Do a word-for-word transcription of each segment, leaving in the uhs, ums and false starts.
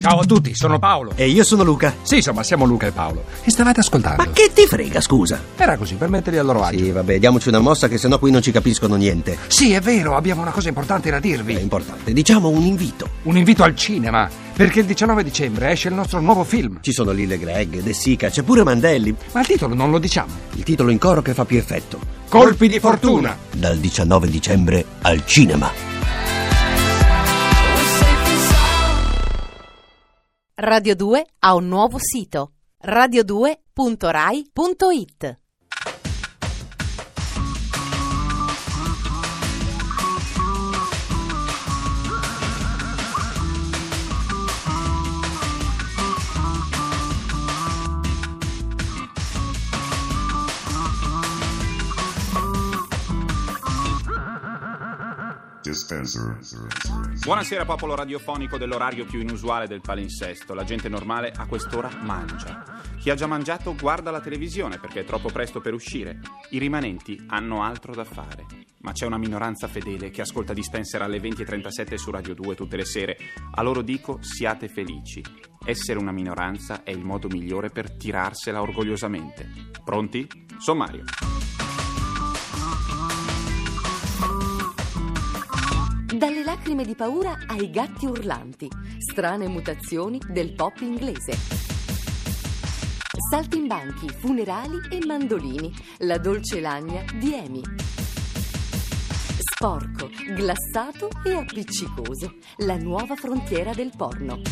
Ciao a tutti, sono Paolo. E io sono Luca. Sì, insomma, siamo Luca e Paolo. E stavate ascoltando. Ma che ti frega, scusa? Era così, per metterli a loro agio. Sì, vabbè, diamoci una mossa che sennò qui non ci capiscono niente. Sì, è vero, abbiamo una cosa importante da dirvi. È importante, diciamo un invito. Un invito al cinema, perché il diciannove dicembre esce il nostro nuovo film. Ci sono Lille Greg, De Sica, c'è pure Mandelli. Ma il titolo non lo diciamo. Il titolo in coro che fa più effetto. Colpi di fortuna. Dal diciannove dicembre al cinema. Radio due ha un nuovo sito: radio due punto rai punto it. Buonasera popolo radiofonico dell'orario più inusuale del palinsesto. La gente normale a quest'ora mangia. Chi ha già mangiato guarda la televisione perché è troppo presto per uscire. I rimanenti hanno altro da fare. Ma c'è una minoranza fedele che ascolta Dispenser alle venti e trentasette su Radio due tutte le sere. A loro dico: siate felici. Essere una minoranza è il modo migliore per tirarsela orgogliosamente. Pronti? Sommario. Dalle lacrime di paura ai gatti urlanti, strane mutazioni del pop inglese. Saltimbanchi, funerali e mandolini, la dolce lagna di Amy. Sporco, glassato e appiccicoso, la nuova frontiera del porno.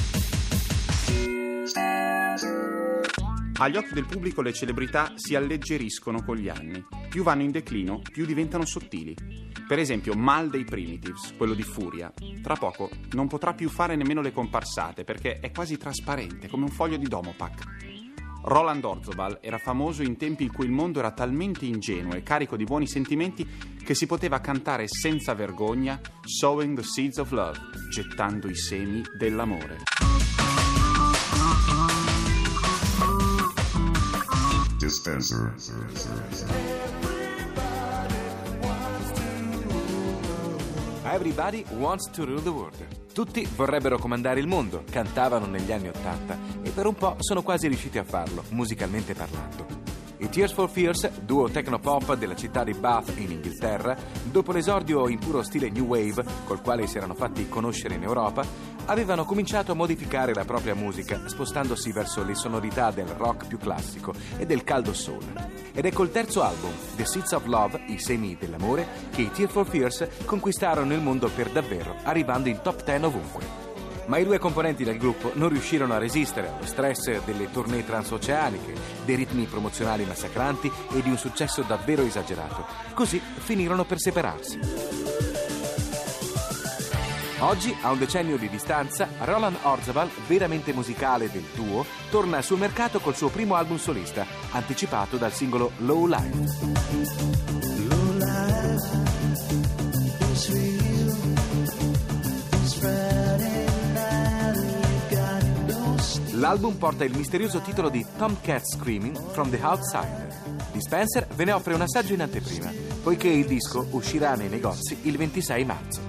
Agli occhi del pubblico le celebrità si alleggeriscono con gli anni. Più vanno in declino, più diventano sottili. Per esempio Mal dei Primitives, quello di Furia, tra poco non potrà più fare nemmeno le comparsate perché è quasi trasparente, come un foglio di Domopac. Roland Orzobal era famoso in tempi in cui il mondo era talmente ingenuo e carico di buoni sentimenti che si poteva cantare senza vergogna Sowing the Seeds of Love, gettando i semi dell'amore. Dispenser. Everybody wants to rule the world. Tutti vorrebbero comandare il mondo, cantavano negli anni Ottanta e per un po' sono quasi riusciti a farlo, musicalmente parlando. I Tears for Fears, duo techno-pop della città di Bath in Inghilterra, dopo l'esordio in puro stile New Wave, col quale si erano fatti conoscere in Europa, avevano cominciato a modificare la propria musica, spostandosi verso le sonorità del rock più classico e del caldo soul. Ed è col terzo album, The Seeds of Love, i semi dell'amore, che i Tears for Fears conquistarono il mondo per davvero, arrivando in top dieci ovunque. Ma i due componenti del gruppo non riuscirono a resistere allo stress delle tournée transoceaniche, dei ritmi promozionali massacranti e di un successo davvero esagerato. Così finirono per separarsi. Oggi, a un decennio di distanza, Roland Orzabal, veramente musicale del duo, torna sul mercato col suo primo album solista, anticipato dal singolo Low Life. Low life is real, it's Friday night, you got no sleep. L'album porta il misterioso titolo di Tomcat Screaming from the Outside. Dispenser ve ne offre un assaggio in anteprima, poiché il disco uscirà nei negozi il ventisei marzo.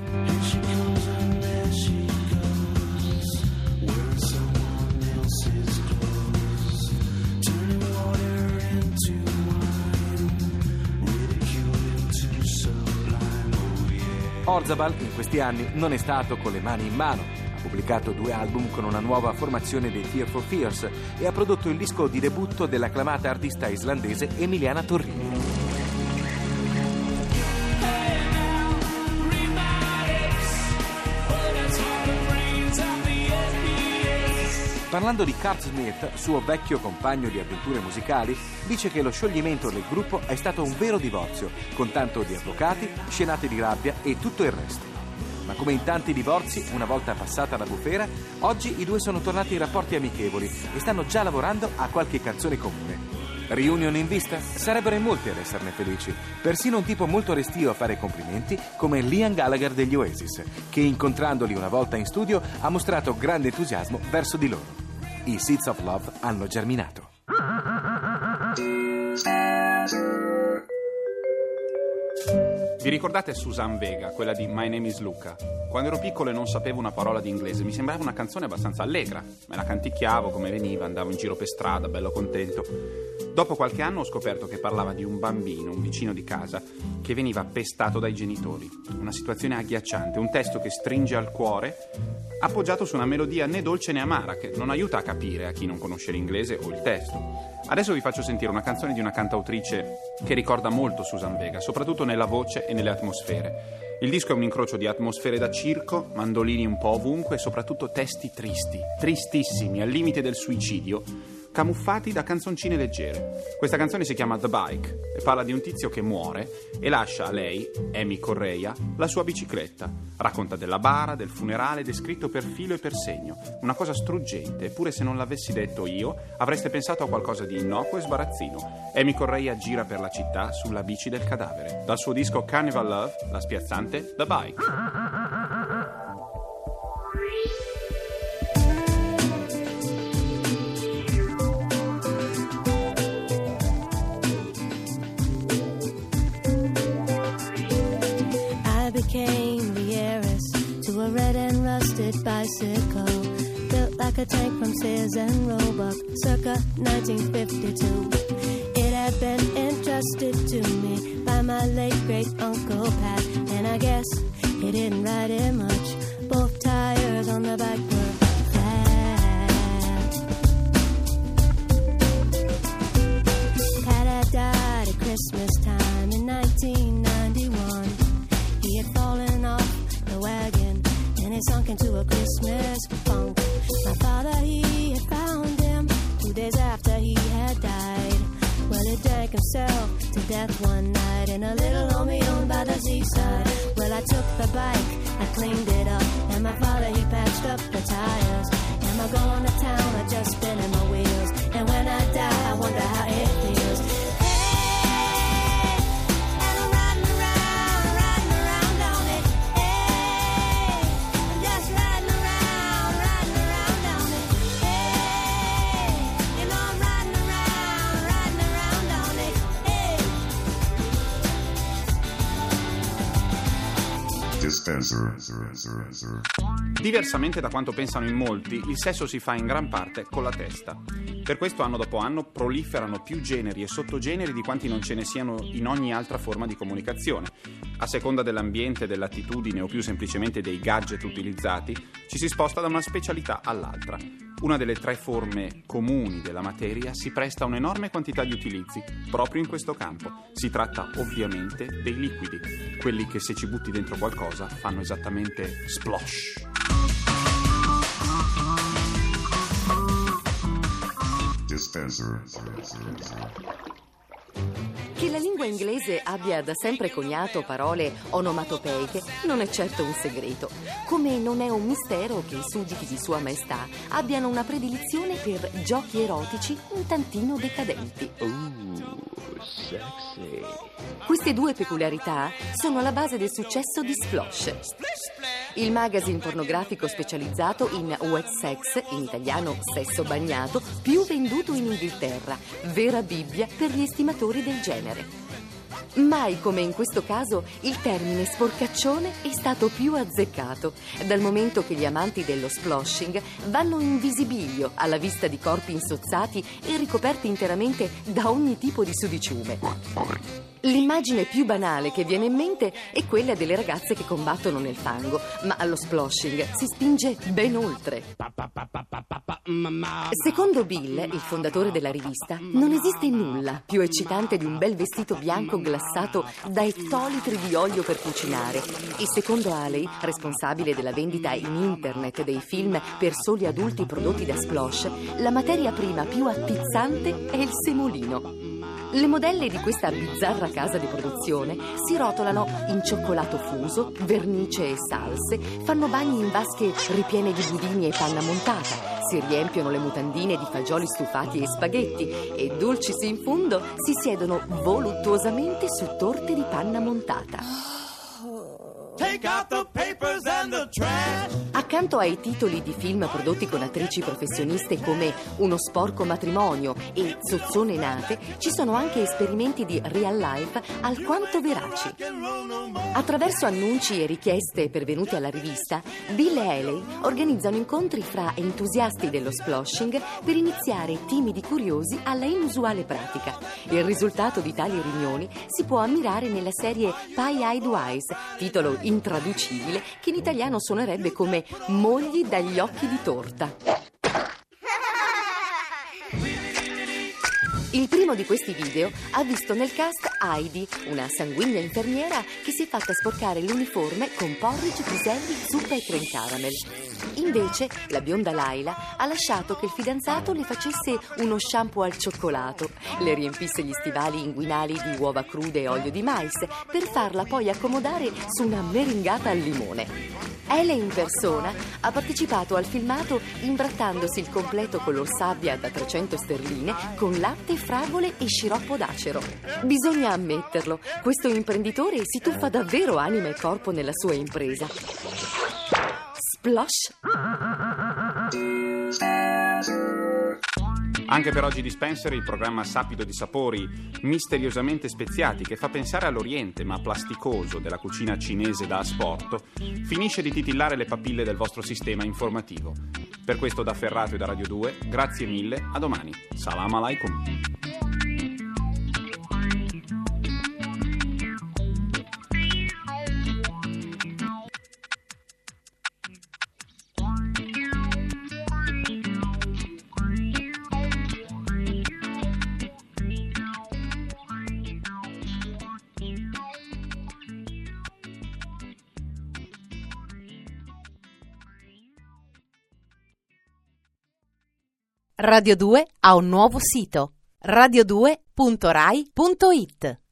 Orzabal in questi anni non è stato con le mani in mano. Ha pubblicato due album con una nuova formazione dei Tears for Fears e ha prodotto il disco di debutto dell'acclamata artista islandese Emiliana Torrini. Parlando di Kurt Smith, suo vecchio compagno di avventure musicali, dice che lo scioglimento del gruppo è stato un vero divorzio, con tanto di avvocati, scenate di rabbia e tutto il resto. Ma come in tanti divorzi, una volta passata la bufera, oggi i due sono tornati in rapporti amichevoli e stanno già lavorando a qualche canzone comune. Reunion in vista? Sarebbero in molti ad esserne felici, persino un tipo molto restio a fare complimenti come Liam Gallagher degli Oasis, che incontrandoli una volta in studio ha mostrato grande entusiasmo verso di loro. I Seeds of Love hanno germinato. Vi ricordate Suzanne Vega, quella di My Name is Luca? Quando ero piccolo e non sapevo una parola di inglese, mi sembrava una canzone abbastanza allegra. Me la canticchiavo come veniva, andavo in giro per strada, bello contento. Dopo qualche anno ho scoperto che parlava di un bambino, un vicino di casa, che veniva pestato dai genitori. Una situazione agghiacciante, un testo che stringe al cuore, appoggiato su una melodia né dolce né amara, che non aiuta a capire a chi non conosce l'inglese o il testo. Adesso vi faccio sentire una canzone di una cantautrice che ricorda molto Suzanne Vega, soprattutto nella voce e nelle atmosfere. Il disco è un incrocio di atmosfere da circo, mandolini un po' ovunque e soprattutto testi tristi, tristissimi, al limite del suicidio, camuffati da canzoncine leggere. Questa canzone si chiama The Bike e parla di un tizio che muore e lascia a lei, Amy Correia, la sua bicicletta. Racconta della bara, del funerale, descritto per filo e per segno. Una cosa struggente, eppure se non l'avessi detto io avreste pensato a qualcosa di innocuo e sbarazzino. Amy Correia gira per la città sulla bici del cadavere. Dal suo disco Carnival Love, la spiazzante The Bike. Became the heiress to a red and rusted bicycle, built like a tank from Sears and Roebuck, circa nineteen fifty-two. It had been entrusted to me by my late great uncle Pat, and I guess he didn't ride it much. Both tires on the bike were flat. Pat had died at Christmas time in nineteen ninety-one. He had fallen off the wagon and he sunk into a Christmas funk. My father, he had found him two days after he had died. Well, he drank himself to death one night in a little home he owned by the seaside. Well, I took the bike, I cleaned it up, and my father, he patched up the tires. Am I going to town or just spinning my wheels? And when I die, I wonder how it feels. Diversamente da quanto pensano in molti, il sesso si fa in gran parte con la testa. Per questo anno dopo anno proliferano più generi e sottogeneri di quanti non ce ne siano in ogni altra forma di comunicazione. A seconda dell'ambiente, dell'attitudine o più semplicemente dei gadget utilizzati, ci si sposta da una specialità all'altra. Una delle tre forme comuni della materia si presta a un'enorme quantità di utilizzi proprio in questo campo. Si tratta ovviamente dei liquidi, quelli che se ci butti dentro qualcosa fanno esattamente splosh. Dispenser. Che la lingua inglese abbia da sempre coniato parole onomatopeiche non è certo un segreto, come non è un mistero che i sudditi di Sua Maestà abbiano una predilizione per giochi erotici un tantino decadenti. Uh, sexy. Queste due peculiarità sono alla base del successo di Splosh, il magazine pornografico specializzato in wet sex, in italiano sesso bagnato, più venduto in Inghilterra, vera Bibbia per gli estimatori del genere. Mai come in questo caso il termine sporcaccione è stato più azzeccato, dal momento che gli amanti dello sploshing vanno in visibilio alla vista di corpi insozzati e ricoperti interamente da ogni tipo di sudiciume. L'immagine più banale che viene in mente è quella delle ragazze che combattono nel fango, ma allo sploshing si spinge ben oltre. Secondo Bill, il fondatore della rivista, non esiste nulla più eccitante di un bel vestito bianco glassato da ettolitri di olio per cucinare. E secondo Haley, responsabile della vendita in internet dei film per soli adulti prodotti da Splosh, la materia prima più attizzante è il semolino. Le modelle di questa bizzarra casa di produzione si rotolano in cioccolato fuso, vernice e salse, fanno bagni in vasche ripiene di budini e panna montata, si riempiono le mutandine di fagioli stufati e spaghetti e, dulcis in fundo, si siedono voluttuosamente su torte di panna montata. take out the papers and the trash. Accanto ai titoli di film prodotti con attrici professioniste come Uno sporco matrimonio e Zozzone nate, ci sono anche esperimenti di real life alquanto veraci. Attraverso annunci e richieste pervenute alla rivista, Bill e Haley organizzano incontri fra entusiasti dello sploshing per iniziare timidi curiosi alla inusuale pratica. Il risultato di tali riunioni si può ammirare nella serie Pie-Eyed Wise, titolo intraducibile che in italiano suonerebbe come Mogli dagli occhi di torta. Il primo di questi video ha visto nel cast Heidi, una sanguigna infermiera che si è fatta sporcare l'uniforme con porridge, piselli, zuppa e cream caramel. Invece, la bionda Laila ha lasciato che il fidanzato le facesse uno shampoo al cioccolato, le riempisse gli stivali inguinali di uova crude e olio di mais per farla poi accomodare su una meringata al limone. Haley in persona ha partecipato al filmato imbrattandosi il completo color sabbia da trecento sterline con latte, fragole e sciroppo d'acero. Bisogna ammetterlo, questo imprenditore si tuffa davvero anima e corpo nella sua impresa. Splosh! Anche per oggi di Spencer il programma sapido di sapori misteriosamente speziati che fa pensare all'Oriente ma plasticoso della cucina cinese da asporto finisce di titillare le papille del vostro sistema informativo. Per questo da Ferrato e da Radio due, grazie mille, a domani. Salam alaikum. Radio due ha un nuovo sito, radio due punto rai punto it.